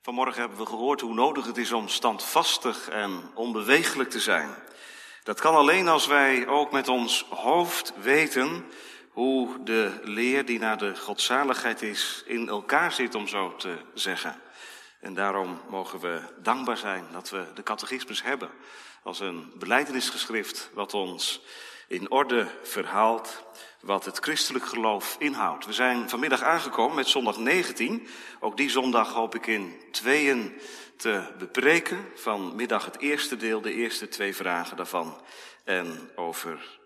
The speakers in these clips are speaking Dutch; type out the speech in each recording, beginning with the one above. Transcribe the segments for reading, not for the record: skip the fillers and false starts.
Vanmorgen hebben we gehoord hoe nodig het is om standvastig en onbeweeglijk te zijn. Dat kan alleen als wij ook met ons hoofd weten hoe de leer die naar de godzaligheid is in elkaar zit, om zo te zeggen. En daarom mogen we dankbaar zijn dat we de catechismus hebben als een belijdenisgeschrift wat ons in orde verhaalt wat het christelijk geloof inhoudt. We zijn vanmiddag aangekomen met zondag 19. Ook die zondag hoop ik in tweeën te bepreken. Vanmiddag het eerste deel, de eerste 2 vragen daarvan. En over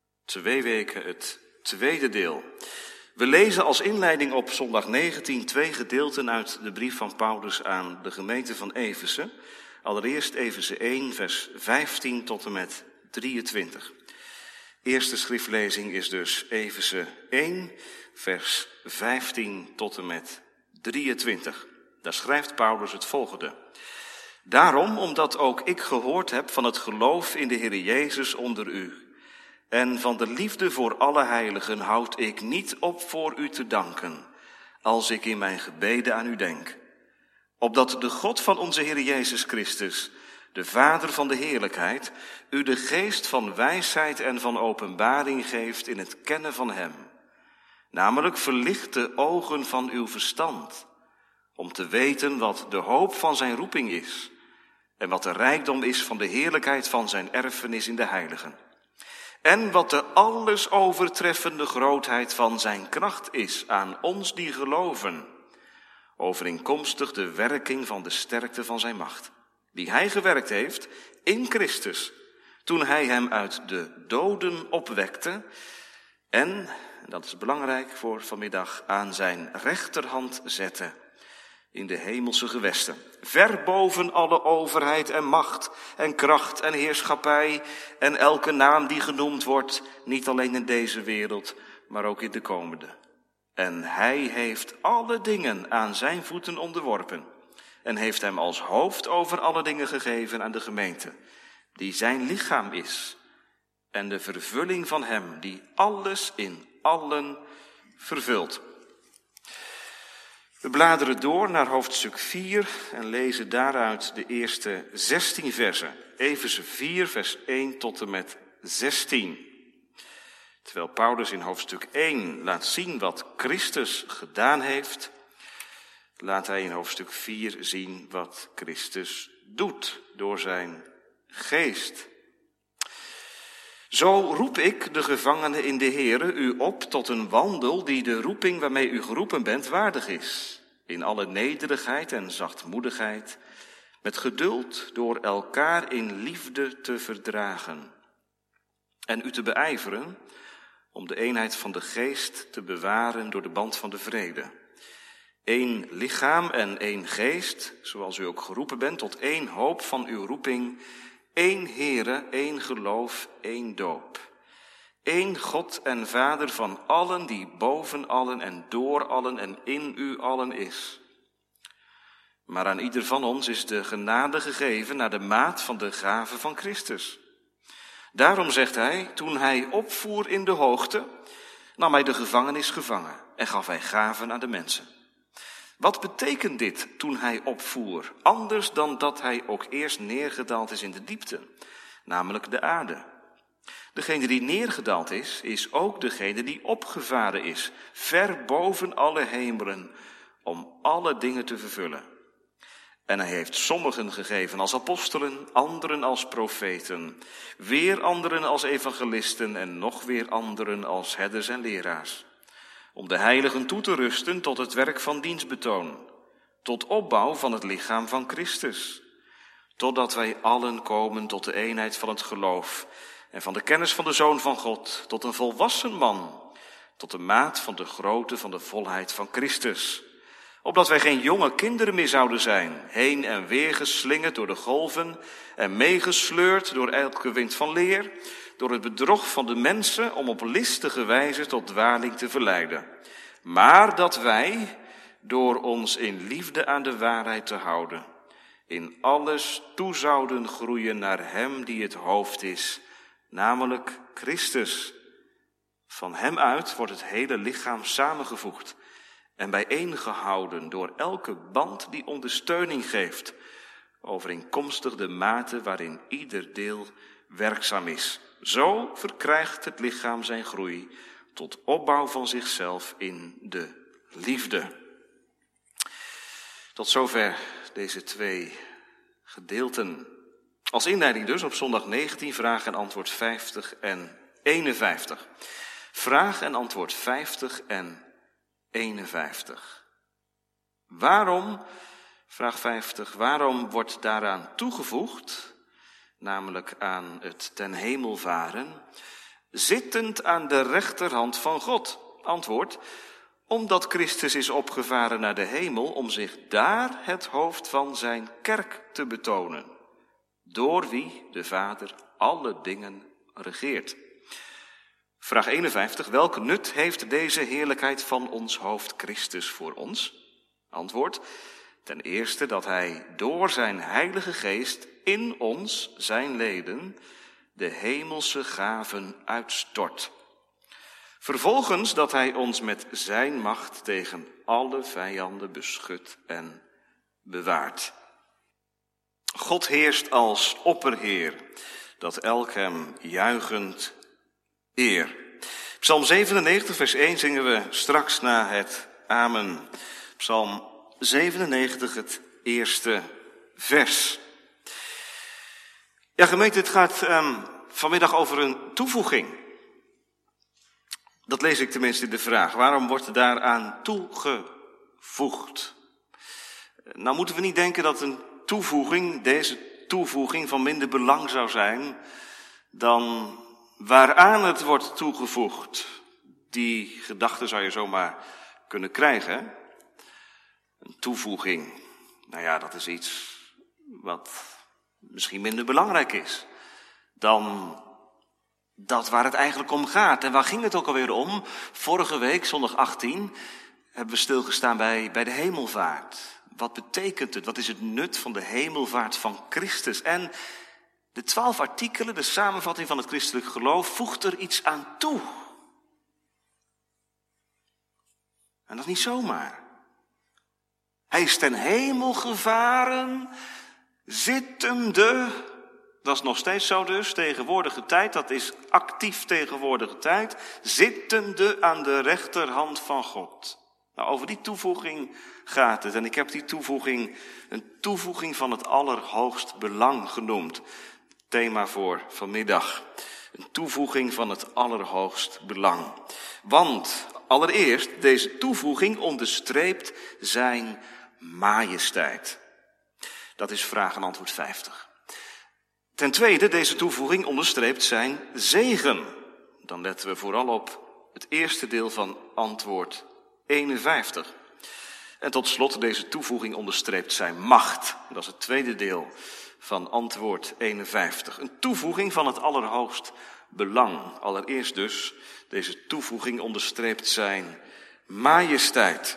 2 weken het tweede deel. We lezen als inleiding op zondag 19 2 gedeelten uit de brief van Paulus aan de gemeente van Efeze. Allereerst Efeze 1, vers 15 tot en met 23. Eerste schriftlezing is dus Efeze 1, vers 15 tot en met 23. Daar schrijft Paulus het volgende. Daarom, omdat ook ik gehoord heb van het geloof in de Heer Jezus onder u en van de liefde voor alle heiligen, houd ik niet op voor u te danken, als ik in mijn gebeden aan u denk. Opdat de God van onze Heer Jezus Christus, de Vader van de heerlijkheid, u de geest van wijsheid en van openbaring geeft in het kennen van hem. Namelijk verlicht de ogen van uw verstand, om te weten wat de hoop van zijn roeping is en wat de rijkdom is van de heerlijkheid van zijn erfenis in de heiligen. En wat de alles overtreffende grootheid van zijn kracht is aan ons die geloven, overeenkomstig de werking van de sterkte van zijn macht, die hij gewerkt heeft in Christus, toen hij hem uit de doden opwekte en, dat is belangrijk voor vanmiddag, aan zijn rechterhand zette in de hemelse gewesten, ver boven alle overheid en macht en kracht en heerschappij en elke naam die genoemd wordt, niet alleen in deze wereld, maar ook in de komende. En hij heeft alle dingen aan zijn voeten onderworpen en heeft hem als hoofd over alle dingen gegeven aan de gemeente, die zijn lichaam is en de vervulling van hem die alles in allen vervult. We bladeren door naar hoofdstuk 4 en lezen daaruit de eerste 16 versen. Efeze 4, vers 1 tot en met 16. Terwijl Paulus in hoofdstuk 1 laat zien wat Christus gedaan heeft, laat hij in hoofdstuk 4 zien wat Christus doet door zijn geest. Zo roep ik, de gevangene in de Here, u op tot een wandel die de roeping waarmee u geroepen bent waardig is. In alle nederigheid en zachtmoedigheid, met geduld door elkaar in liefde te verdragen. En u te beijveren om de eenheid van de geest te bewaren door de band van de vrede. 1 lichaam en 1 geest, zoals u ook geroepen bent, tot 1 hoop van uw roeping, 1 Heere, 1 geloof, 1 doop. 1 God en Vader van allen, die boven allen en door allen en in u allen is. Maar aan ieder van ons is de genade gegeven naar de maat van de gave van Christus. Daarom zegt hij, toen hij opvoer in de hoogte, nam hij de gevangenis gevangen en gaf hij gaven aan de mensen. Wat betekent dit toen hij opvoer? Anders dan dat hij ook eerst neergedaald is in de diepte, namelijk de aarde. Degene die neergedaald is, is ook degene die opgevaren is, ver boven alle hemelen, om alle dingen te vervullen. En hij heeft sommigen gegeven als apostelen, anderen als profeten, weer anderen als evangelisten en nog weer anderen als herders en leraars. Om de heiligen toe te rusten tot het werk van dienstbetoon, tot opbouw van het lichaam van Christus, totdat wij allen komen tot de eenheid van het geloof en van de kennis van de Zoon van God, tot een volwassen man, tot de maat van de grootte van de volheid van Christus. Opdat wij geen jonge kinderen meer zouden zijn, heen en weer geslingerd door de golven en meegesleurd door elke wind van leer, door het bedrog van de mensen om op listige wijze tot dwaling te verleiden. Maar dat wij, door ons in liefde aan de waarheid te houden, in alles toe zouden groeien naar hem die het hoofd is, namelijk Christus. Van hem uit wordt het hele lichaam samengevoegd en bijeengehouden door elke band die ondersteuning geeft, overeenkomstig de mate waarin ieder deel werkzaam is. Zo verkrijgt het lichaam zijn groei tot opbouw van zichzelf in de liefde. Tot zover deze 2 gedeelten. Als inleiding dus op zondag 19, vraag en antwoord 50 en 51. Vraag en antwoord 50 en 51. Waarom, vraag 50, waarom wordt daaraan toegevoegd, namelijk aan het ten hemel varen, zittend aan de rechterhand van God? Antwoord, omdat Christus is opgevaren naar de hemel om zich daar het hoofd van zijn kerk te betonen, door wie de Vader alle dingen regeert. Vraag 51. Welk nut heeft deze heerlijkheid van ons hoofd Christus voor ons? Antwoord. Ten eerste dat hij door zijn Heilige Geest in ons, zijn leden, de hemelse gaven uitstort. Vervolgens dat hij ons met zijn macht tegen alle vijanden beschut en bewaart. God heerst als opperheer, dat elk hem juichend eer. Psalm 97, vers 1 zingen we straks na het Amen. Psalm 97, het eerste vers. Ja, gemeente, het gaat vanmiddag over een toevoeging. Dat lees ik tenminste in de vraag. Waarom wordt er daaraan toegevoegd? Nou moeten we niet denken dat deze toevoeging van minder belang zou zijn dan waaraan het wordt toegevoegd. Die gedachte zou je zomaar kunnen krijgen. Hè? Een toevoeging, nou ja, dat is iets wat misschien minder belangrijk is dan dat waar het eigenlijk om gaat. En waar ging het ook alweer om? Vorige week, zondag 18, hebben we stilgestaan bij de hemelvaart. Wat betekent het? Wat is het nut van de hemelvaart van Christus? En de 12 artikelen, de samenvatting van het christelijk geloof, voegt er iets aan toe. En dat is niet zomaar. Hij is ten hemel gevaren, zittende. Dat is nog steeds zo dus, tegenwoordige tijd, dat is actief tegenwoordige tijd, zittende aan de rechterhand van God. Nou, over die toevoeging gaat het. En ik heb die toevoeging een toevoeging van het allerhoogst belang genoemd. Thema voor vanmiddag. Een toevoeging van het allerhoogst belang. Want allereerst, deze toevoeging onderstreept zijn majesteit. Dat is vraag en antwoord 50. Ten tweede, deze toevoeging onderstreept zijn zegen. Dan letten we vooral op het eerste deel van antwoord 51. En tot slot, deze toevoeging onderstreept zijn macht. Dat is het tweede deel van antwoord 51. Een toevoeging van het allerhoogst belang. Allereerst dus, deze toevoeging onderstreept zijn majesteit.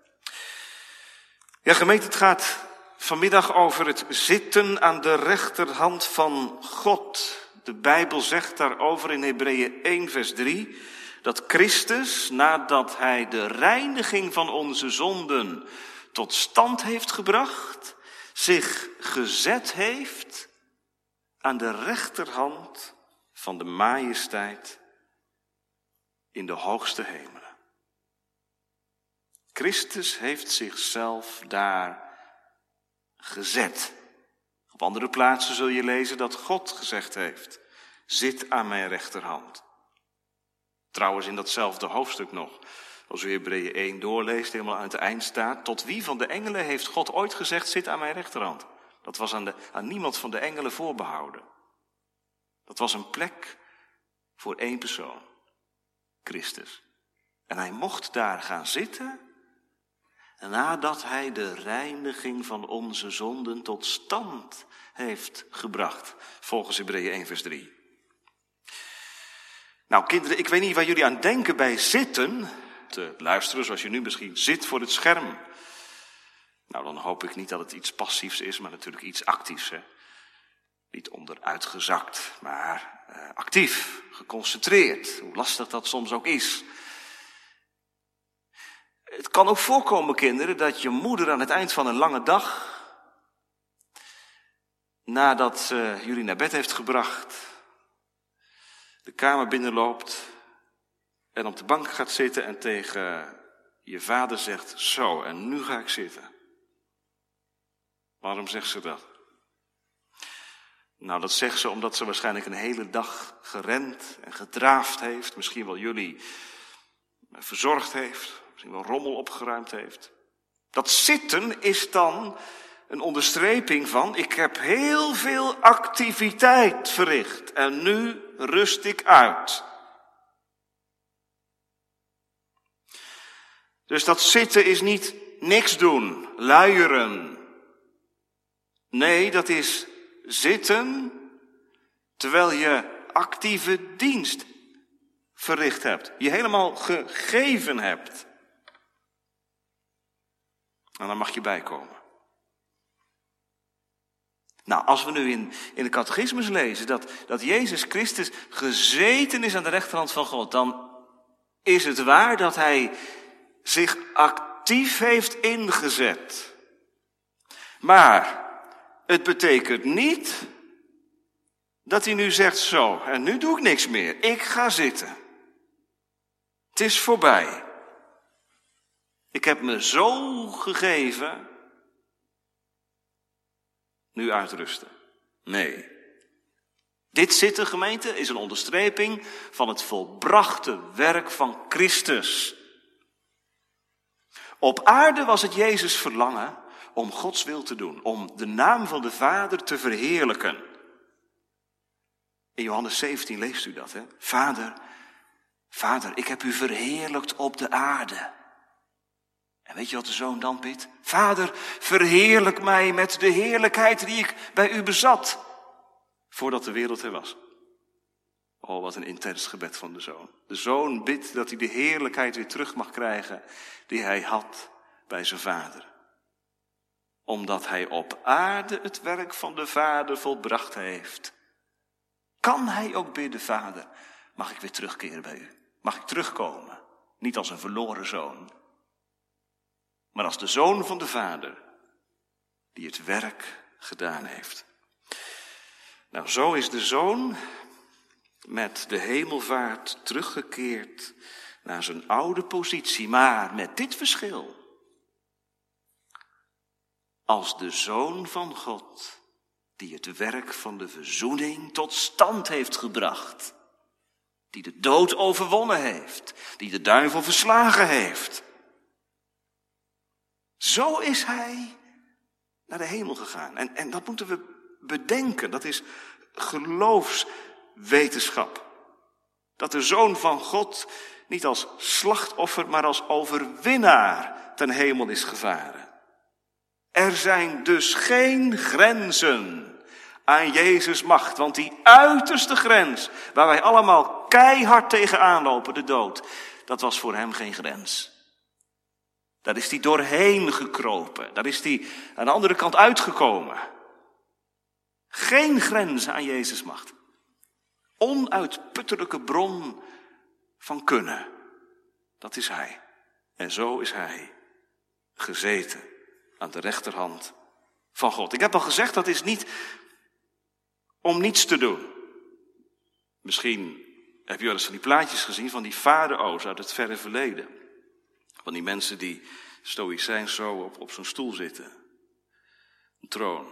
Ja, gemeente, het gaat vanmiddag over het zitten aan de rechterhand van God. De Bijbel zegt daarover in Hebreeën 1 vers 3... dat Christus, nadat hij de reiniging van onze zonden tot stand heeft gebracht, zich gezet heeft aan de rechterhand van de majesteit in de hoogste hemelen. Christus heeft zichzelf daar gezet. Op andere plaatsen zul je lezen dat God gezegd heeft: zit aan mijn rechterhand. Trouwens in datzelfde hoofdstuk nog, als u Hebreeën 1 doorleest, helemaal aan het eind staat: tot wie van de engelen heeft God ooit gezegd, zit aan mijn rechterhand? Dat was aan niemand van de engelen voorbehouden. Dat was een plek voor één persoon, Christus. En hij mocht daar gaan zitten nadat hij de reiniging van onze zonden tot stand heeft gebracht, volgens Hebreeën 1 vers 3. Nou kinderen, ik weet niet waar jullie aan denken bij zitten, te luisteren zoals je nu misschien zit voor het scherm. Nou, dan hoop ik niet dat het iets passiefs is, maar natuurlijk iets actiefs. Hè? Niet onderuitgezakt, maar actief, geconcentreerd, hoe lastig dat soms ook is. Het kan ook voorkomen, kinderen, dat je moeder aan het eind van een lange dag, nadat ze jullie naar bed heeft gebracht, de kamer binnenloopt en op de bank gaat zitten en tegen je vader zegt, zo, en nu ga ik zitten. Waarom zegt ze dat? Nou, dat zegt ze omdat ze waarschijnlijk een hele dag gerend en gedraafd heeft. Misschien wel jullie verzorgd heeft. Misschien wel rommel opgeruimd heeft. Dat zitten is dan een onderstreping van, ik heb heel veel activiteit verricht en nu rust ik uit. Dus dat zitten is niet niks doen, luieren. Nee, dat is zitten terwijl je actieve dienst verricht hebt. Je helemaal gegeven hebt. En dan mag je bijkomen. Nou, als we nu in de catechismus lezen dat Jezus Christus gezeten is aan de rechterhand van God, dan is het waar dat hij zich actief heeft ingezet. Maar het betekent niet dat hij nu zegt zo, en nu doe ik niks meer. Ik ga zitten. Het is voorbij. Ik heb me zo gegeven. Nu uitrusten. Nee. Dit zitten, gemeente, is een onderstreping van het volbrachte werk van Christus. Op aarde was het Jezus' verlangen om Gods wil te doen, om de naam van de Vader te verheerlijken. In Johannes 17 leest u dat, hè? Vader, ik heb u verheerlijkt op de aarde. En weet je wat de zoon dan bidt? Vader, verheerlijk mij met de heerlijkheid die ik bij u bezat, voordat de wereld er was. Oh, wat een intens gebed van de zoon. De zoon bidt dat hij de heerlijkheid weer terug mag krijgen die hij had bij zijn vader. Omdat hij op aarde het werk van de Vader volbracht heeft. Kan hij ook bidden, Vader, mag ik weer terugkeren bij u? Mag ik terugkomen? Niet als een verloren zoon, maar als de zoon van de Vader die het werk gedaan heeft. Nou, zo is de zoon met de hemelvaart teruggekeerd naar zijn oude positie, maar met dit verschil. Als de Zoon van God, die het werk van de verzoening tot stand heeft gebracht, die de dood overwonnen heeft, die de duivel verslagen heeft. Zo is hij naar de hemel gegaan. En dat moeten we bedenken, dat is geloofswetenschap. Dat de Zoon van God niet als slachtoffer, maar als overwinnaar ten hemel is gevaren. Er zijn dus geen grenzen aan Jezus' macht, want die uiterste grens, waar wij allemaal keihard tegenaan lopen, de dood, dat was voor hem geen grens. Daar is hij doorheen gekropen, daar is hij aan de andere kant uitgekomen. Geen grenzen aan Jezus' macht. Onuitputtelijke bron van kunnen. Dat is hij. En zo is hij gezeten aan de rechterhand van God. Ik heb al gezegd, dat is niet om niets te doen. Misschien heb je wel eens van die plaatjes gezien van die farao's uit het verre verleden. Van die mensen die stoïcijns zo op zo'n stoel zitten. Een troon.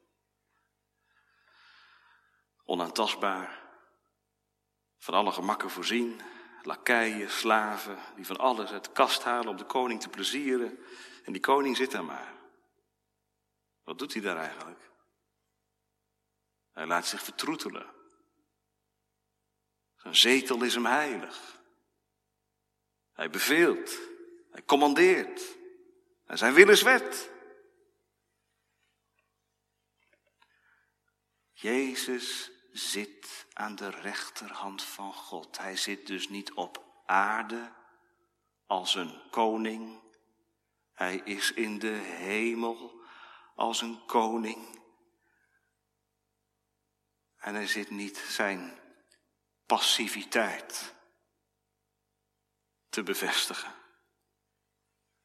Onaantastbaar. Van alle gemakken voorzien. Lakeien, slaven, die van alles uit de kast halen om de koning te plezieren. En die koning zit daar maar. Wat doet hij daar eigenlijk? Hij laat zich vertroetelen. Zijn zetel is hem heilig. Hij beveelt. Hij commandeert. En zijn wil is wet. Jezus zit aan de rechterhand van God. Hij zit dus niet op aarde als een koning. Hij is in de hemel als een koning. En hij zit niet zijn passiviteit te bevestigen.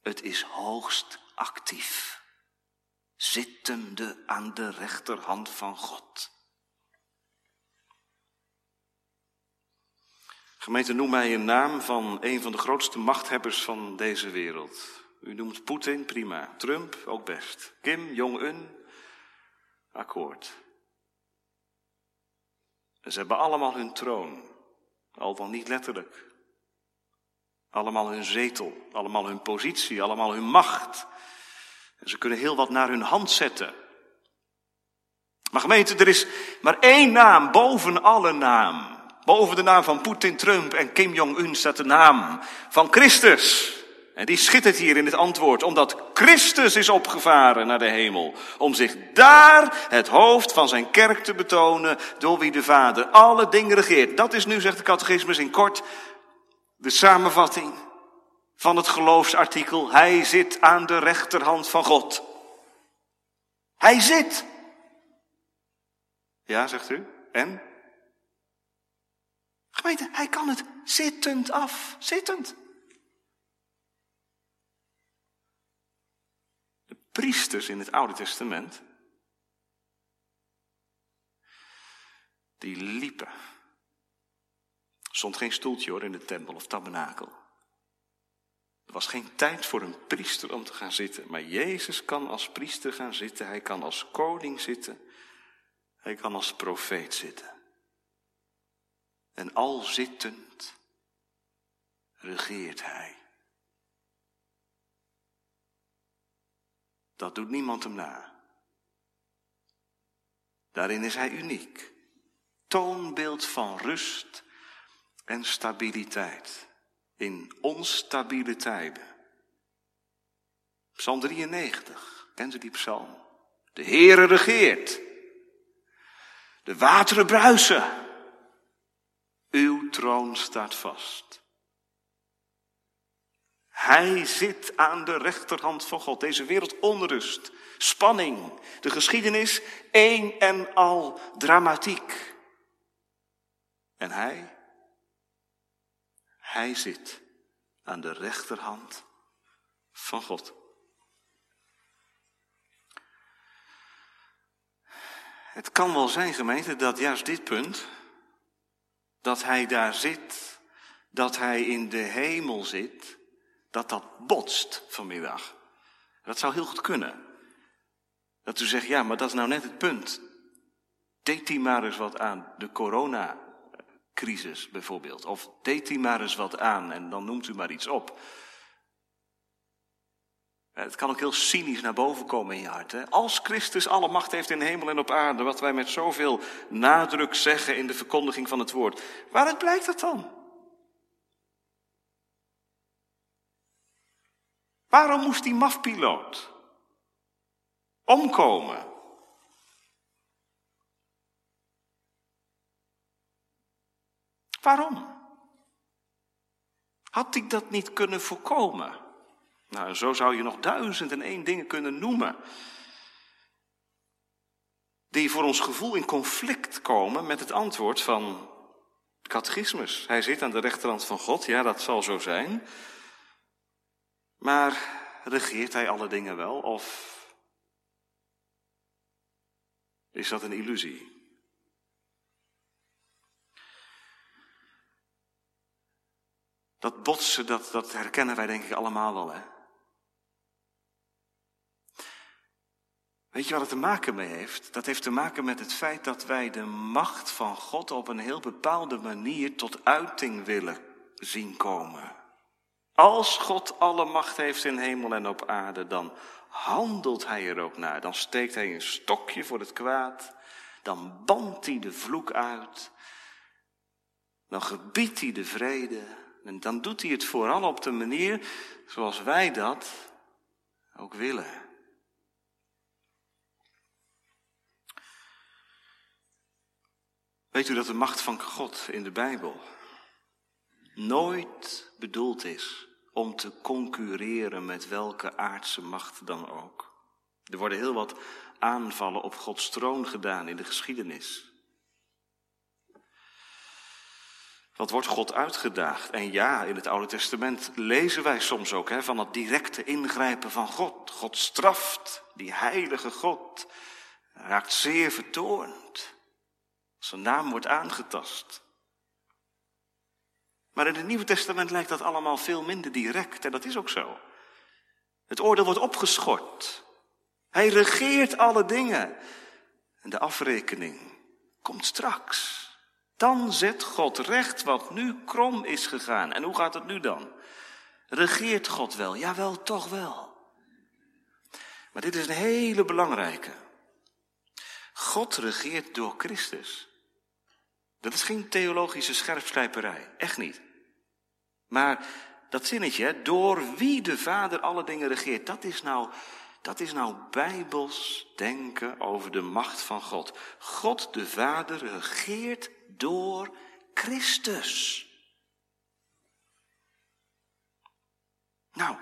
Het is hoogst actief. Zittende aan de rechterhand van God. Gemeente, noem mij een naam van een van de grootste machthebbers van deze wereld. U noemt Poetin, prima. Trump, ook best. Kim Jong-un, akkoord. En ze hebben allemaal hun troon. Al dan niet letterlijk. Allemaal hun zetel, allemaal hun positie, allemaal hun macht. En ze kunnen heel wat naar hun hand zetten. Maar gemeente, er is maar één naam boven alle naam. Boven de naam van Poetin, Trump en Kim Jong-un staat de naam van Christus. En die schittert hier in het antwoord, omdat Christus is opgevaren naar de hemel. Om zich daar het hoofd van zijn kerk te betonen, door wie de Vader alle dingen regeert. Dat is nu, zegt de catechismus in kort, de samenvatting van het geloofsartikel. Hij zit aan de rechterhand van God. Hij zit. Ja, zegt u. En? Gemeente, hij kan het zittend af. Zittend. De priesters in het Oude Testament, die liepen. Er stond geen stoeltje hoor in de tempel of tabernakel. Er was geen tijd voor een priester om te gaan zitten. Maar Jezus kan als priester gaan zitten. Hij kan als koning zitten. Hij kan als profeet zitten. En al zittend regeert hij. Dat doet niemand hem na. Daarin is hij uniek. Toonbeeld van rust en stabiliteit. In onstabiele tijden. Psalm 93, kent u die psalm? De Heere regeert. De wateren bruisen. Uw troon staat vast. Hij zit aan de rechterhand van God. Deze wereld onrust, spanning, de geschiedenis, één en al dramatiek. En hij zit aan de rechterhand van God. Het kan wel zijn, gemeente, dat juist dit punt, dat hij daar zit, dat hij in de hemel zit, dat botst vanmiddag. Dat zou heel goed kunnen. Dat u zegt, ja, maar dat is nou net het punt. Deed hij maar eens wat aan de coronacrisis bijvoorbeeld. Of deed hij maar eens wat aan en dan noemt u maar iets op. Het kan ook heel cynisch naar boven komen in je hart. Hè? Als Christus alle macht heeft in hemel en op aarde, wat wij met zoveel nadruk zeggen in de verkondiging van het woord. Waaruit blijkt dat dan? Waarom moest die mafpiloot omkomen? Waarom? Had hij dat niet kunnen voorkomen? Nou, zo zou je nog 1001 dingen kunnen noemen. Die voor ons gevoel in conflict komen met het antwoord van de catechismus. Hij zit aan de rechterhand van God, ja, dat zal zo zijn. Maar regeert hij alle dingen wel, of is dat een illusie? Dat botsen, dat herkennen wij denk ik allemaal wel, hè? Weet je wat het te maken mee heeft? Dat heeft te maken met het feit dat wij de macht van God op een heel bepaalde manier tot uiting willen zien komen. Als God alle macht heeft in hemel en op aarde, dan handelt hij er ook naar. Dan steekt hij een stokje voor het kwaad. Dan bandt hij de vloek uit. Dan gebiedt hij de vrede. En dan doet hij het vooral op de manier zoals wij dat ook willen. Weet u dat de macht van God in de Bijbel nooit bedoeld is om te concurreren met welke aardse macht dan ook? Er worden heel wat aanvallen op Gods troon gedaan in de geschiedenis. Wat wordt God uitgedaagd? En ja, in het Oude Testament lezen wij soms ook van het directe ingrijpen van God. God straft, die heilige God raakt zeer vertoornd. Zijn naam wordt aangetast. Maar in het Nieuwe Testament lijkt dat allemaal veel minder direct. En dat is ook zo. Het oordeel wordt opgeschort. Hij regeert alle dingen. En de afrekening komt straks. Dan zet God recht wat nu krom is gegaan. En hoe gaat het nu dan? Regeert God wel? Jawel, toch wel. Maar dit is een hele belangrijke. God regeert door Christus. Dat is geen theologische scherpslijperij. Echt niet. Maar dat zinnetje, door wie de Vader alle dingen regeert, dat is nou bijbels denken over de macht van God. God de Vader regeert door Christus. Nou,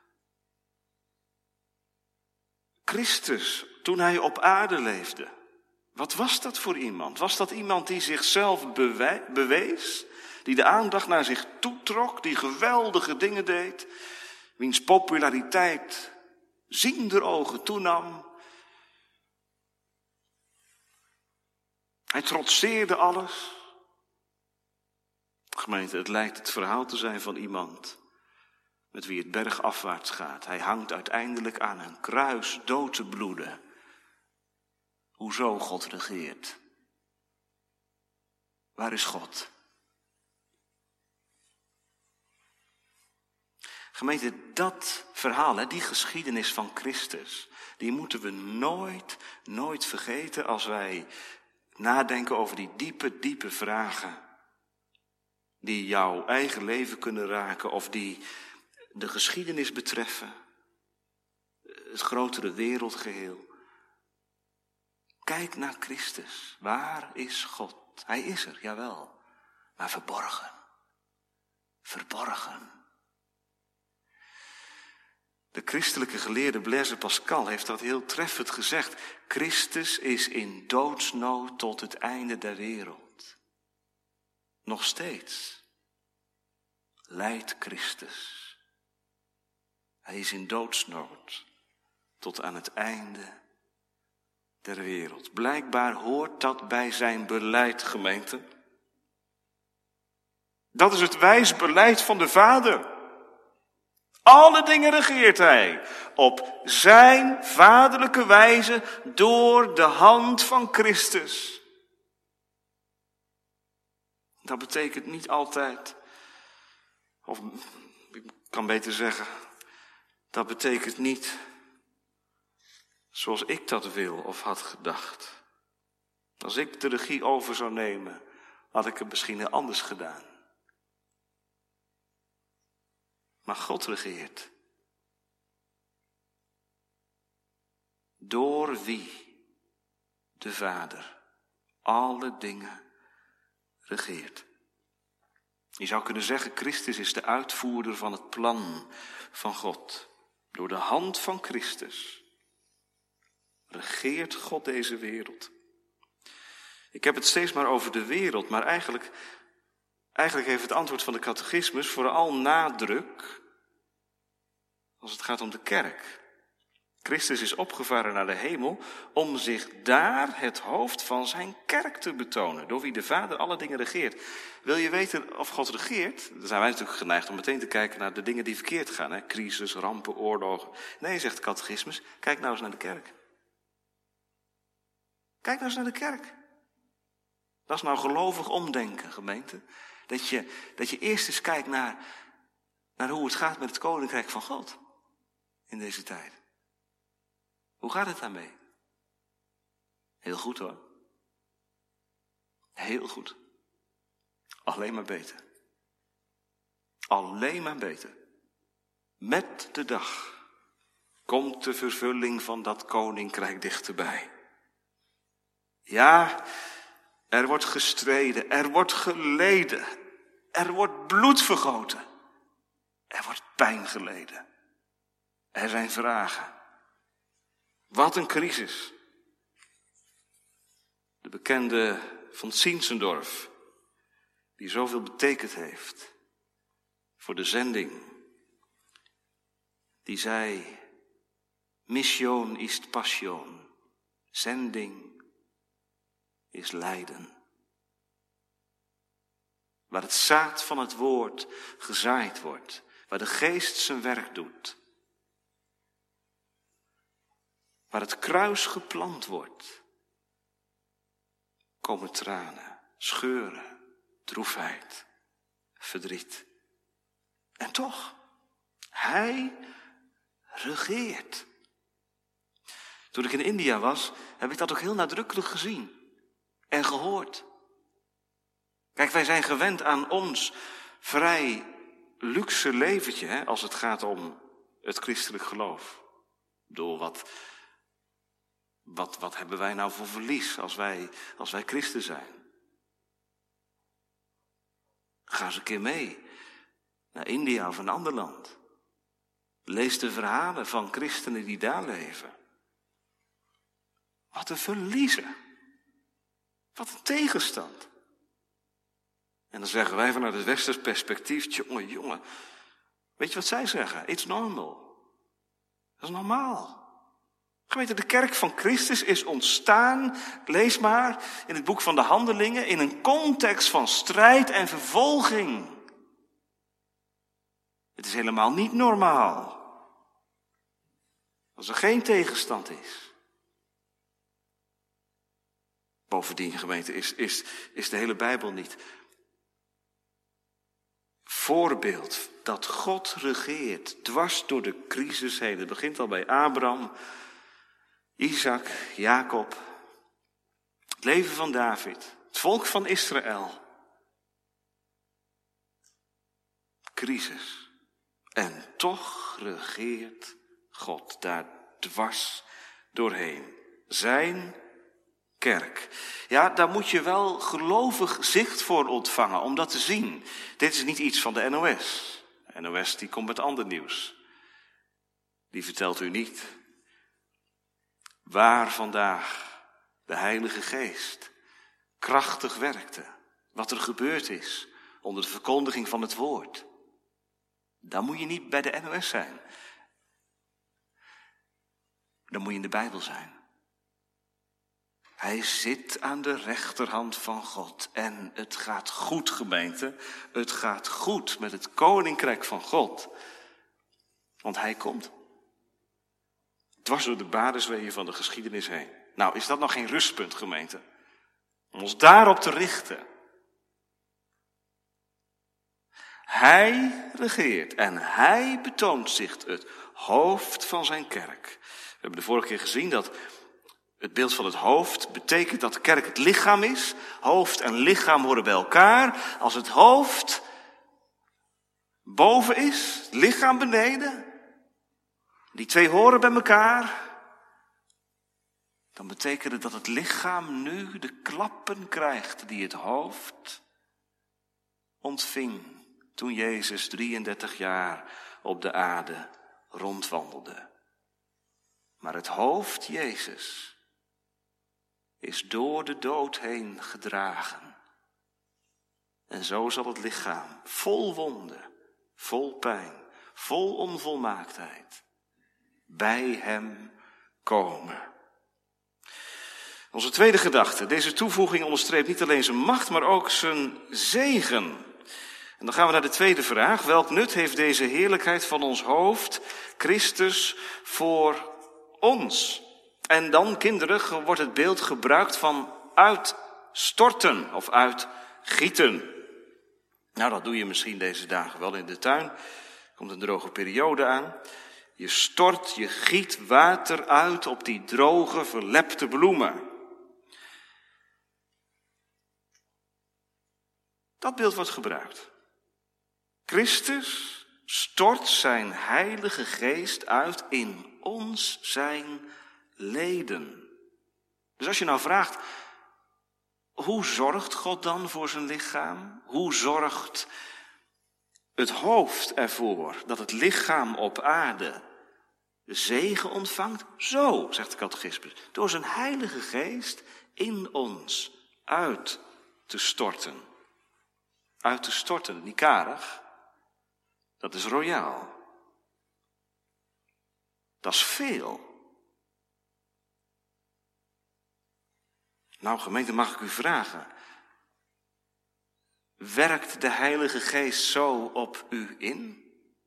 Christus, toen hij op aarde leefde, wat was dat voor iemand? Was dat iemand die zichzelf bewees? Die de aandacht naar zich toetrok, die geweldige dingen deed, wiens populariteit ziender ogen toenam? Hij trotseerde alles. Gemeente, het lijkt het verhaal te zijn van iemand met wie het bergafwaarts gaat. Hij hangt uiteindelijk aan een kruis dood te bloeden. Hoezo God regeert? Waar is God? Gemeente, dat verhaal, die geschiedenis van Christus, die moeten we nooit vergeten als wij nadenken over die diepe vragen die jouw eigen leven kunnen raken of die de geschiedenis betreffen, het grotere wereldgeheel. Kijk naar Christus. Waar is God? Hij is er, jawel, maar verborgen. Verborgen. De christelijke geleerde Blaise Pascal heeft dat heel treffend gezegd. Christus is in doodsnood tot het einde der wereld. Nog steeds lijdt Christus. Hij is in doodsnood tot aan het einde der wereld. Blijkbaar hoort dat bij zijn beleid, gemeente. Dat is het wijs beleid van de Vader. Alle dingen regeert hij op zijn vaderlijke wijze door de hand van Christus. Dat betekent niet altijd, of ik kan beter zeggen, dat betekent niet zoals ik dat wil of had gedacht. Als ik de regie over zou nemen, had ik het misschien heel anders gedaan. Maar God regeert. Door wie de Vader alle dingen regeert. Je zou kunnen zeggen, Christus is de uitvoerder van het plan van God. Door de hand van Christus regeert God deze wereld. Ik heb het steeds maar over de wereld, maar eigenlijk heeft het antwoord van de catechismus vooral nadruk als het gaat om de kerk. Christus is opgevaren naar de hemel om zich daar het hoofd van zijn kerk te betonen, door wie de Vader alle dingen regeert. Wil je weten of God regeert? Dan zijn wij natuurlijk geneigd om meteen te kijken naar de dingen die verkeerd gaan. Crisis, rampen, oorlogen. Nee, zegt de catechismus, kijk nou eens naar de kerk. Kijk nou eens naar de kerk. Dat is nou gelovig omdenken, gemeente. Dat je eerst eens kijkt naar hoe het gaat met het koninkrijk van God in deze tijd. Hoe gaat het daarmee? Heel goed hoor. Heel goed. Alleen maar beter. Alleen maar beter. Met de dag komt de vervulling van dat koninkrijk dichterbij. Ja, er wordt gestreden, er wordt geleden, er wordt bloed vergoten, er wordt pijn geleden. Er zijn vragen. Wat een crisis. De bekende van Zinzendorf, die zoveel betekend heeft voor de zending. Die zei, mission ist passion, zending is lijden. Waar het zaad van het woord gezaaid wordt, waar de geest zijn werk doet. Waar het kruis geplant wordt, komen tranen, scheuren, droefheid, verdriet. En toch, hij regeert. Toen ik in India was, heb ik dat ook heel nadrukkelijk gezien en gehoord. Kijk, wij zijn gewend aan ons vrij luxe leventje, hè, als het gaat om het christelijk geloof. Ik bedoel, wat hebben wij nou voor verlies als wij christen zijn? Ga eens een keer mee naar India of een ander land. Lees de verhalen van christenen die daar leven. Wat een verliezen. Wat een tegenstand. En dan zeggen wij vanuit het westers perspectief, jongen. Weet je wat zij zeggen? It's normal. Dat is normaal. Gemeente, de kerk van Christus is ontstaan, lees maar in het boek van de Handelingen, in een context van strijd en vervolging. Het is helemaal niet normaal. Als er geen tegenstand is. Bovendien, gemeente, is de hele Bijbel niet voorbeeld dat God regeert dwars door de crisis heen. Het begint al bij Abraham, Isaac, Jacob, het leven van David, het volk van Israël. Crisis. En toch regeert God daar dwars doorheen. Zijn kerk. Ja, daar moet je wel gelovig zicht voor ontvangen om dat te zien. Dit is niet iets van de NOS. De NOS die komt met ander nieuws. Die vertelt u niet waar vandaag de Heilige Geest krachtig werkte. Wat er gebeurd is onder de verkondiging van het woord. Dan moet je niet bij de NOS zijn. Dan moet je in de Bijbel zijn. Hij zit aan de rechterhand van God. En het gaat goed, gemeente. Het gaat goed met het koninkrijk van God. Want hij komt. Dwars door de badensweeën van de geschiedenis heen. Nou, is dat nog geen rustpunt, gemeente? Om ons daarop te richten. Hij regeert en hij betoont zich het hoofd van zijn kerk. We hebben de vorige keer gezien dat het beeld van het hoofd betekent dat de kerk het lichaam is. Hoofd en lichaam horen bij elkaar. Als het hoofd boven is, het lichaam beneden, die twee horen bij elkaar, dan betekent het dat het lichaam nu de klappen krijgt die het hoofd ontving toen Jezus 33 jaar op de aarde rondwandelde. Maar het hoofd, Jezus, is door de dood heen gedragen. En zo zal het lichaam vol wonden, vol pijn, vol onvolmaaktheid bij hem komen. Onze tweede gedachte. Deze toevoeging onderstreept niet alleen zijn macht, maar ook zijn zegen. En dan gaan we naar de tweede vraag. Welk nut heeft deze heerlijkheid van ons hoofd, Christus, voor ons? En dan, kinderen, wordt het beeld gebruikt van uitstorten of uitgieten. Nou, dat doe je misschien deze dagen wel in de tuin. Er komt een droge periode aan. Je giet water uit op die droge, verlepte bloemen. Dat beeld wordt gebruikt. Christus stort zijn heilige geest uit in ons zijn leden. Dus als je nou vraagt, hoe zorgt God dan voor zijn lichaam? Hoe zorgt het hoofd ervoor dat het lichaam op aarde de zegen ontvangt? Zo, zegt de catechismus, door zijn heilige geest in ons uit te storten. uit te storten, niet karig. Dat is royaal. Dat is veel. Nou, gemeente, mag ik u vragen. Werkt de Heilige Geest zo op u in?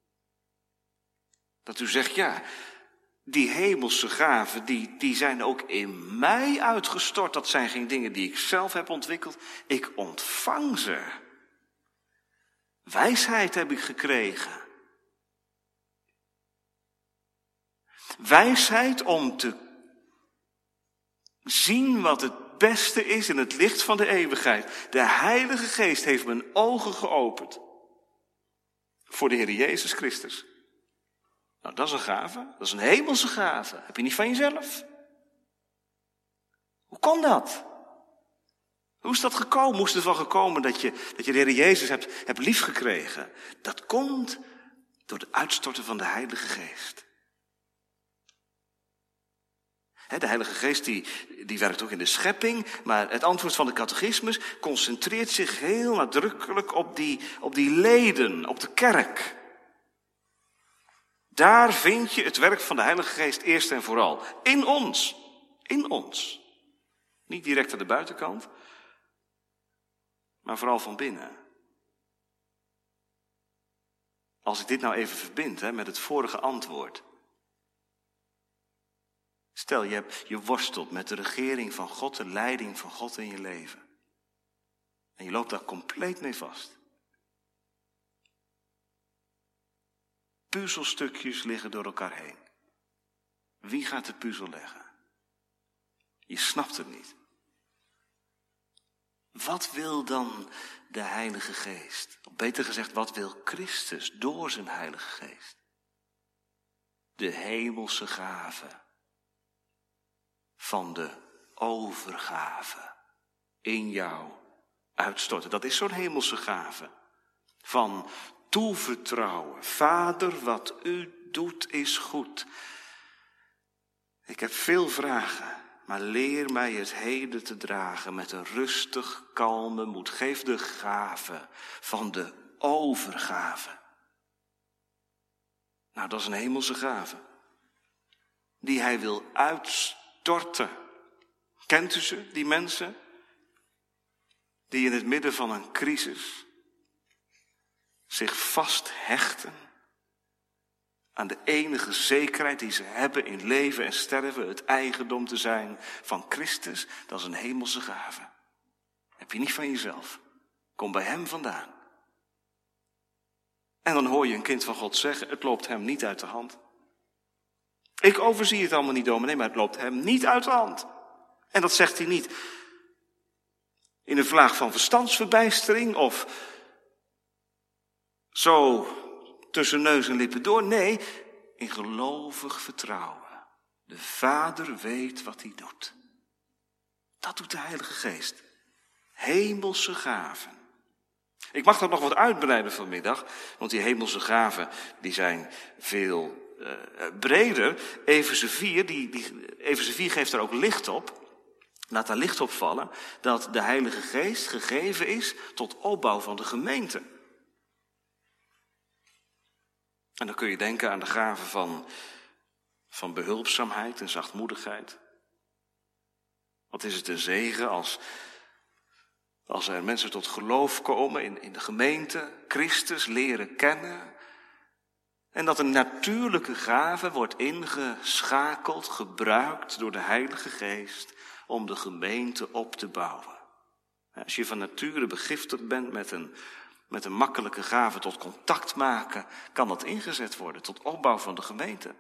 Dat u zegt, ja, die hemelse gaven, die zijn ook in mij uitgestort. Dat zijn geen dingen die ik zelf heb ontwikkeld. Ik ontvang ze. Wijsheid heb ik gekregen. Wijsheid om te zien wat het beste is in het licht van de eeuwigheid. De Heilige Geest heeft mijn ogen geopend. Voor de Heer Jezus Christus. Nou, dat is een gave. Dat is een hemelse gave. Heb je niet van jezelf? Hoe kon dat? Hoe is dat gekomen? Hoe is het ervan gekomen dat je de Heer Jezus hebt liefgekregen? Dat komt door het uitstorten van de Heilige Geest. De Heilige Geest die werkt ook in de schepping, maar het antwoord van de catechismus concentreert zich heel nadrukkelijk op die leden, op de kerk. Daar vind je het werk van de Heilige Geest eerst en vooral. In ons. In ons. Niet direct aan de buitenkant, maar vooral van binnen. Als ik dit nou even verbind met het vorige antwoord. Stel, je worstelt met de regering van God, de leiding van God in je leven. En je loopt daar compleet mee vast. Puzzelstukjes liggen door elkaar heen. Wie gaat de puzzel leggen? Je snapt het niet. Wat wil dan de Heilige Geest? Of beter gezegd, wat wil Christus door zijn Heilige Geest? De hemelse gave van de overgave in jou uitstorten. Dat is zo'n hemelse gave van toevertrouwen. Vader, wat u doet is goed. Ik heb veel vragen, maar leer mij het heden te dragen met een rustig, kalme moed. Geef de gave van de overgave. Nou, dat is een hemelse gave. Die hij wil uitstorten. Kent u ze, die mensen? Die in het midden van een crisis zich vasthechten aan de enige zekerheid die ze hebben in leven en sterven, het eigendom te zijn van Christus. Dat is een hemelse gave. Heb je niet van jezelf. Kom bij hem vandaan. En dan hoor je een kind van God zeggen, het loopt hem niet uit de hand. Ik overzie het allemaal niet, dominee, maar het loopt hem niet uit de hand. En dat zegt hij niet in een vlaag van verstandsverbijstering of zo tussen neus en lippen door. Nee, in gelovig vertrouwen. De Vader weet wat hij doet. Dat doet de Heilige Geest. Hemelse gaven. Ik mag dat nog wat uitbreiden vanmiddag, want die hemelse gaven die zijn veel breder. Efeze 4 geeft daar ook licht op. Laat daar licht op vallen dat de Heilige Geest gegeven is tot opbouw van de gemeente. En dan kun je denken aan de gave van behulpzaamheid en zachtmoedigheid. Wat is het een zegen als er mensen tot geloof komen in de gemeente, Christus leren kennen. En dat een natuurlijke gave wordt ingeschakeld, gebruikt door de Heilige Geest om de gemeente op te bouwen. Als je van nature begiftigd bent met een makkelijke gave tot contact maken, kan dat ingezet worden tot opbouw van de gemeente.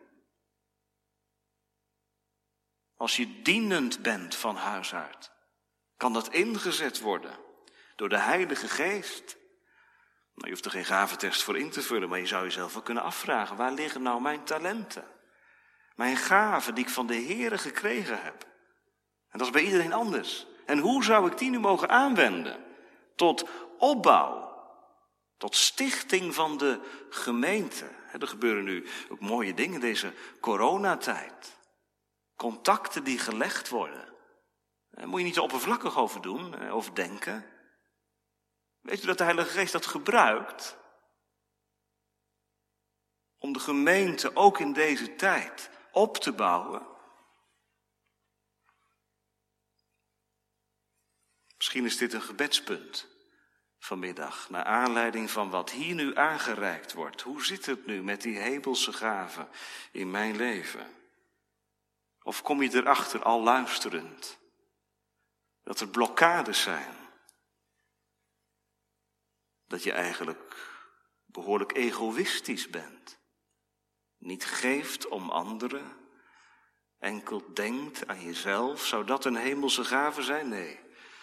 Als je dienend bent van huis uit, kan dat ingezet worden door de Heilige Geest. Nou, je hoeft er geen gaventekst voor in te vullen, maar je zou jezelf wel kunnen afvragen, waar liggen nou mijn talenten? Mijn gaven die ik van de Heere gekregen heb. En dat is bij iedereen anders. En hoe zou ik die nu mogen aanwenden? Tot opbouw. Tot stichting van de gemeente. Er gebeuren nu ook mooie dingen deze coronatijd. Contacten die gelegd worden. Daar moet je niet zo oppervlakkig over doen, over denken. Weet u dat de Heilige Geest dat gebruikt? Om de gemeente ook in deze tijd op te bouwen. Misschien is dit een gebedspunt vanmiddag, naar aanleiding van wat hier nu aangereikt wordt. Hoe zit het nu met die hemelse gaven in mijn leven? Of kom je erachter al luisterend dat er blokkades zijn? Dat je eigenlijk behoorlijk egoïstisch bent. Niet geeft om anderen, enkel denkt aan jezelf. Zou dat een hemelse gave zijn? Nee.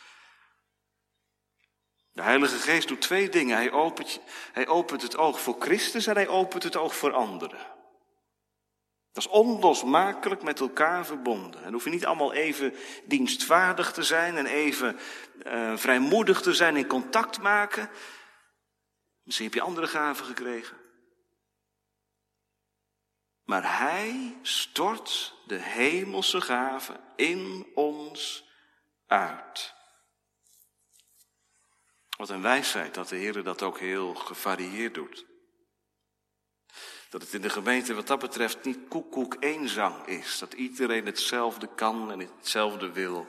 De Heilige Geest doet twee dingen. Hij opent het oog voor Christus en hij opent het oog voor anderen. Dat is onlosmakelijk met elkaar verbonden. En dan hoef je niet allemaal even dienstvaardig te zijn en even vrijmoedig te zijn in contact maken. Misschien heb je andere gaven gekregen. Maar hij stort de hemelse gaven in ons uit. Wat een wijsheid dat de Heer dat ook heel gevarieerd doet. Dat het in de gemeente wat dat betreft niet koekoek eenzang is. Dat iedereen hetzelfde kan en hetzelfde wil.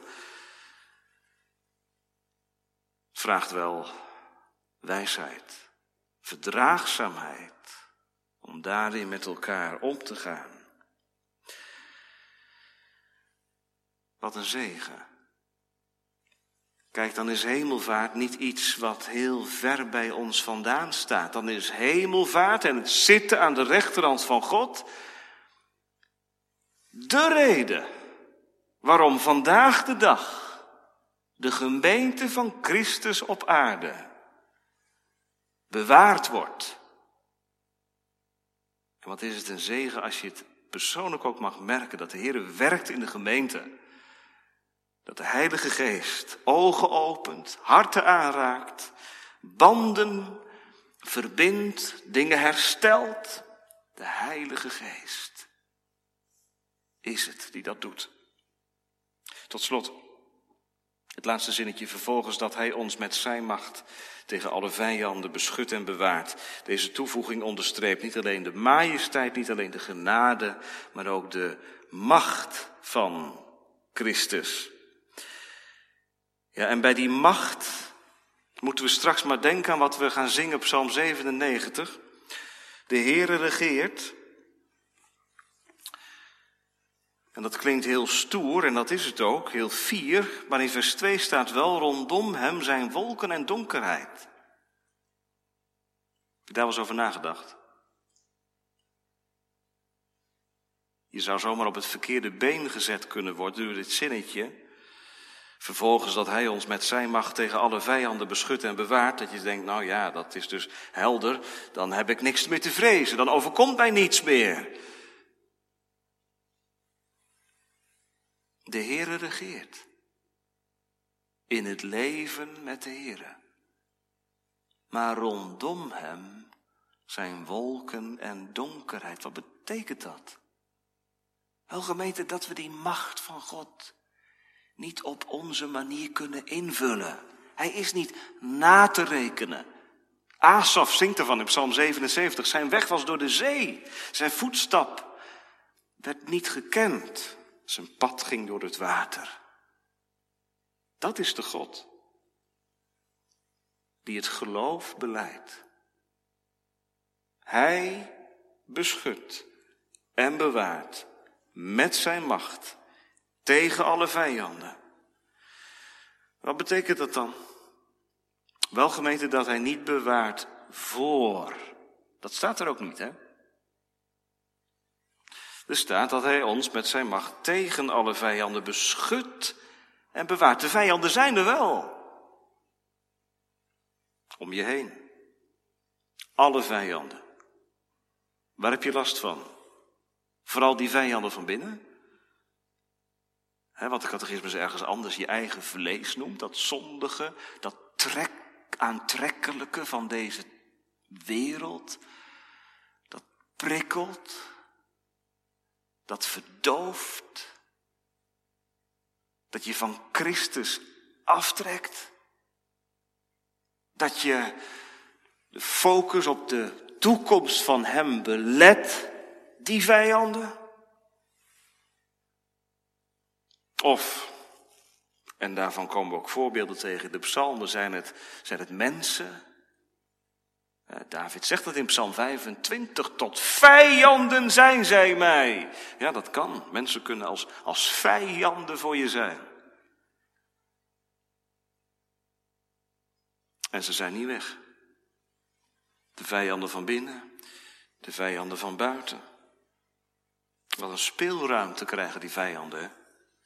Het vraagt wel wijsheid, verdraagzaamheid. Om daarin met elkaar om te gaan. Wat een zegen. Kijk, dan is hemelvaart niet iets wat heel ver bij ons vandaan staat. Dan is hemelvaart en het zitten aan de rechterhand van God de reden waarom vandaag de dag de gemeente van Christus op aarde bewaard wordt. En wat is het een zegen als je het persoonlijk ook mag merken dat de Heer werkt in de gemeente. Dat de Heilige Geest ogen opent, harten aanraakt, banden verbindt, dingen herstelt. De Heilige Geest is het die dat doet. Tot slot, het laatste zinnetje vervolgens, dat hij ons met zijn macht tegen alle vijanden beschut en bewaart. Deze toevoeging onderstreept niet alleen de majesteit, niet alleen de genade, maar ook de macht van Christus. Ja, en bij die macht moeten we straks maar denken aan wat we gaan zingen op Psalm 97. De Heere regeert. En dat klinkt heel stoer, en dat is het ook, heel fier. Maar in vers 2 staat wel, rondom hem zijn wolken en donkerheid. Heb je daar wel eens over nagedacht? Je zou zomaar op het verkeerde been gezet kunnen worden door dit zinnetje. Vervolgens dat hij ons met zijn macht tegen alle vijanden beschut en bewaart. Dat je denkt, nou ja, dat is dus helder. Dan heb ik niks meer te vrezen. Dan overkomt mij niets meer. De Heere regeert. In het leven met de Heere. Maar rondom hem zijn wolken en donkerheid. Wat betekent dat? Wel gemeente, dat we die macht van God niet op onze manier kunnen invullen. Hij is niet na te rekenen. Asaf zingt ervan in Psalm 77. Zijn weg was door de zee. Zijn voetstap werd niet gekend. Zijn pad ging door het water. Dat is de God die het geloof belijdt. Hij beschut en bewaart met zijn macht tegen alle vijanden. Wat betekent dat dan? Wel gemeente, dat hij niet bewaart voor. Dat staat er ook niet, hè? Er staat dat hij ons met zijn macht tegen alle vijanden beschut en bewaart. De vijanden zijn er wel. Om je heen. Alle vijanden. Waar heb je last van? Vooral die vijanden van binnen. Wat de catechismus ergens anders je eigen vlees noemt. Dat zondige, dat aantrekkelijke van deze wereld. Dat prikkelt. Dat verdooft. Dat je van Christus aftrekt. Dat je de focus op de toekomst van hem belet, die vijanden? Of, en daarvan komen we ook voorbeelden tegen, de psalmen zijn het mensen. David zegt dat in Psalm 25, tot vijanden zijn zij mij. Ja, dat kan. Mensen kunnen als vijanden voor je zijn. En ze zijn niet weg. De vijanden van binnen, de vijanden van buiten. Wat een speelruimte krijgen die vijanden, hè?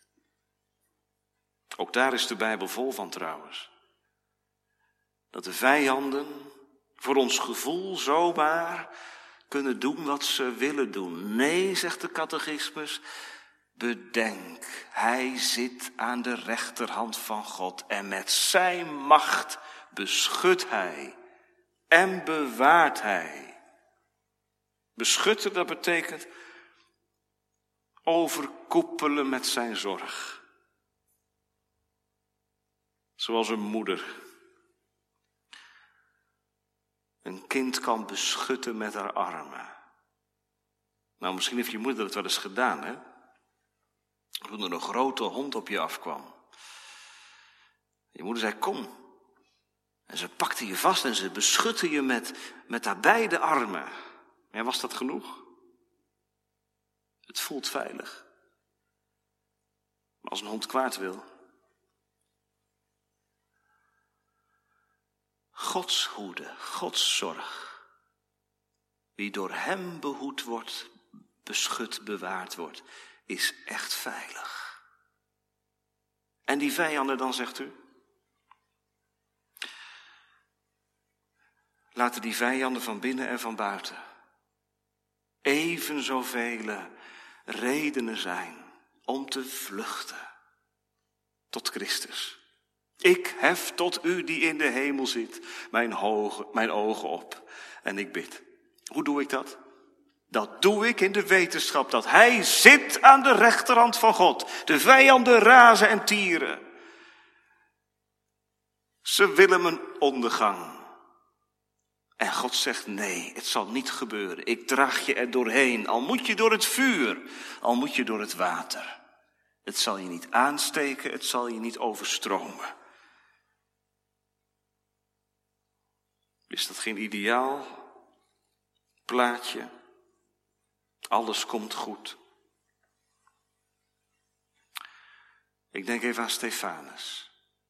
Ook daar is de Bijbel vol van trouwens. Dat de vijanden voor ons gevoel zomaar kunnen doen wat ze willen doen. Nee, zegt de catechismus, bedenk, hij zit aan de rechterhand van God en met zijn macht beschudt hij en bewaart hij. Beschutten, dat betekent overkoepelen met zijn zorg. Zoals een moeder een kind kan beschutten met haar armen. Nou, misschien heeft je moeder het wel eens gedaan, hè? Toen er een grote hond op je afkwam. Je moeder zei, kom. En ze pakte je vast en ze beschutte je met haar beide armen. Ja, was dat genoeg? Het voelt veilig. Maar als een hond kwaad wil. Gods hoede, Gods zorg. Wie door hem behoed wordt, beschut, bewaard wordt, is echt veilig. En die vijanden dan, zegt u? Laten die vijanden van binnen en van buiten even zoveel redenen zijn om te vluchten tot Christus. Ik hef tot u die in de hemel zit mijn ogen op en ik bid. Hoe doe ik dat? Dat doe ik in de wetenschap dat hij zit aan de rechterhand van God. De vijanden razen en tieren. Ze willen mijn ondergang. En God zegt nee, het zal niet gebeuren. Ik draag je er doorheen, al moet je door het vuur, al moet je door het water. Het zal je niet aansteken, het zal je niet overstromen. Is dat geen ideaal plaatje? Alles komt goed. Ik denk even aan Stefanus.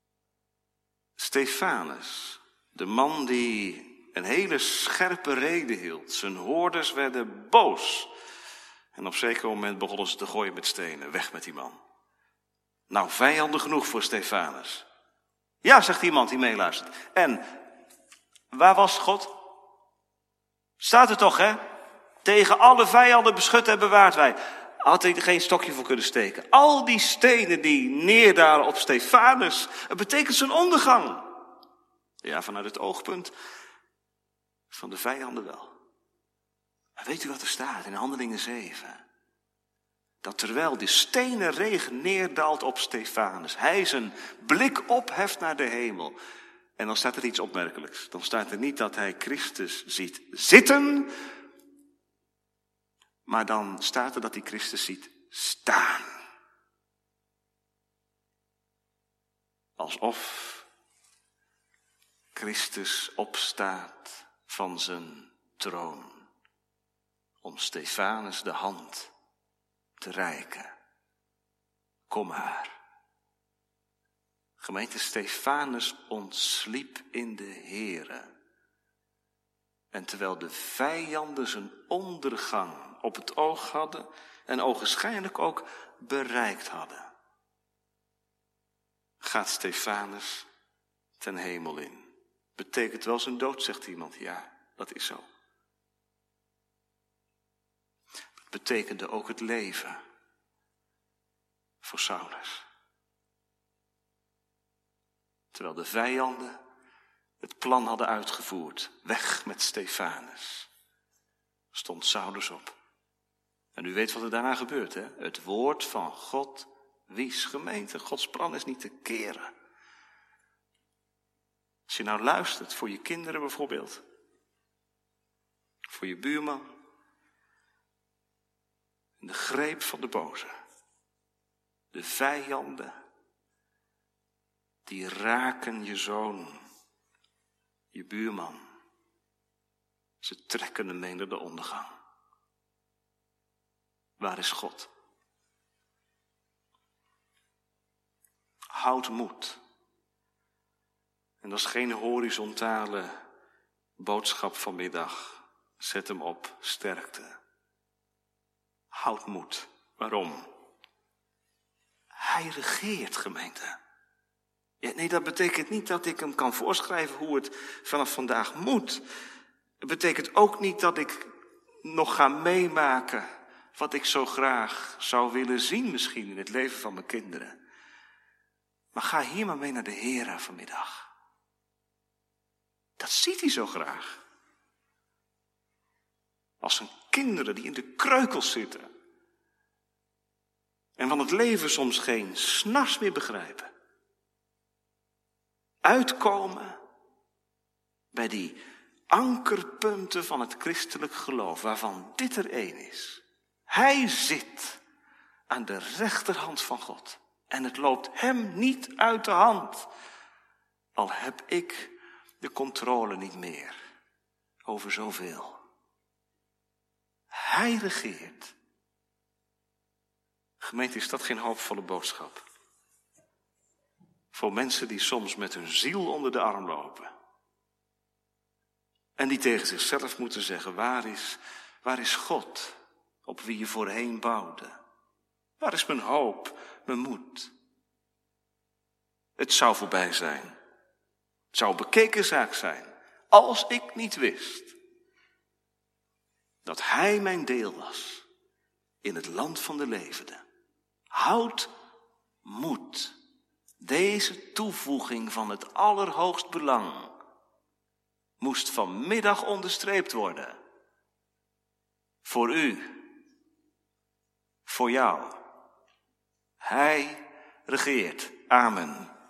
Stefanus, de man die een hele scherpe rede hield. Zijn hoorders werden boos. En op zeker moment begonnen ze te gooien met stenen. Weg met die man. Nou, vijanden genoeg voor Stefanus. Ja, zegt iemand die meeluistert. En waar was God? Staat er toch, hè? Tegen alle vijanden beschut en bewaard wij. Had hij er geen stokje voor kunnen steken. Al die stenen die neerdalen op Stefanus, het betekent zijn ondergang. Ja, vanuit het oogpunt van de vijanden wel. Maar weet u wat er staat in Handelingen 7? Dat terwijl de stenen regen neerdaalt op Stefanus, hij zijn blik opheft naar de hemel. En dan staat er iets opmerkelijks. Dan staat er niet dat hij Christus ziet zitten, maar dan staat er dat hij Christus ziet staan. Alsof Christus opstaat van zijn troon om Stefanus de hand te reiken. Kom maar. Gemeente, Stefanus ontsliep in de Here. En terwijl de vijanden zijn ondergang op het oog hadden en ogenschijnlijk ook bereikt hadden, gaat Stefanus ten hemel in. Betekent wel zijn dood, zegt iemand. Ja, dat is zo. Het betekende ook het leven voor Saulus. Terwijl de vijanden het plan hadden uitgevoerd, weg met Stefanus, stond Saulus op. En u weet wat er daarna gebeurt, hè? Het woord van God wies, gemeente. Gods plan is niet te keren. Als je nou luistert voor je kinderen bijvoorbeeld, voor je buurman, in de greep van de boze, de vijanden, die raken je zoon, je buurman. Ze trekken hem mee naar de ondergang. Waar is God? Houd moed. En dat is geen horizontale boodschap vanmiddag. Zet hem op sterkte. Houd moed. Waarom? Hij regeert, gemeente. Ja, nee, dat betekent niet dat ik hem kan voorschrijven hoe het vanaf vandaag moet. Het betekent ook niet dat ik nog ga meemaken wat ik zo graag zou willen zien misschien in het leven van mijn kinderen. Maar ga hier maar mee naar de Heere vanmiddag. Dat ziet hij zo graag. Als zijn kinderen die in de kreukels zitten. En van het leven soms geen snars meer begrijpen. Uitkomen bij die ankerpunten van het christelijk geloof, waarvan dit er één is. Hij zit aan de rechterhand van God. En het loopt hem niet uit de hand. Al heb ik de controle niet meer over zoveel. Hij regeert. Gemeente, is dat geen hoopvolle boodschap? Voor mensen die soms met hun ziel onder de arm lopen. En die tegen zichzelf moeten zeggen, waar is God, op wie je voorheen bouwde? Waar is mijn hoop, mijn moed? Het zou voorbij zijn. Het zou een bekeken zaak zijn, als ik niet wist dat hij mijn deel was in het land van de levenden. Houd moed. Deze toevoeging van het allerhoogst belang moest vanmiddag onderstreept worden. Voor u. Voor jou. Hij regeert. Amen.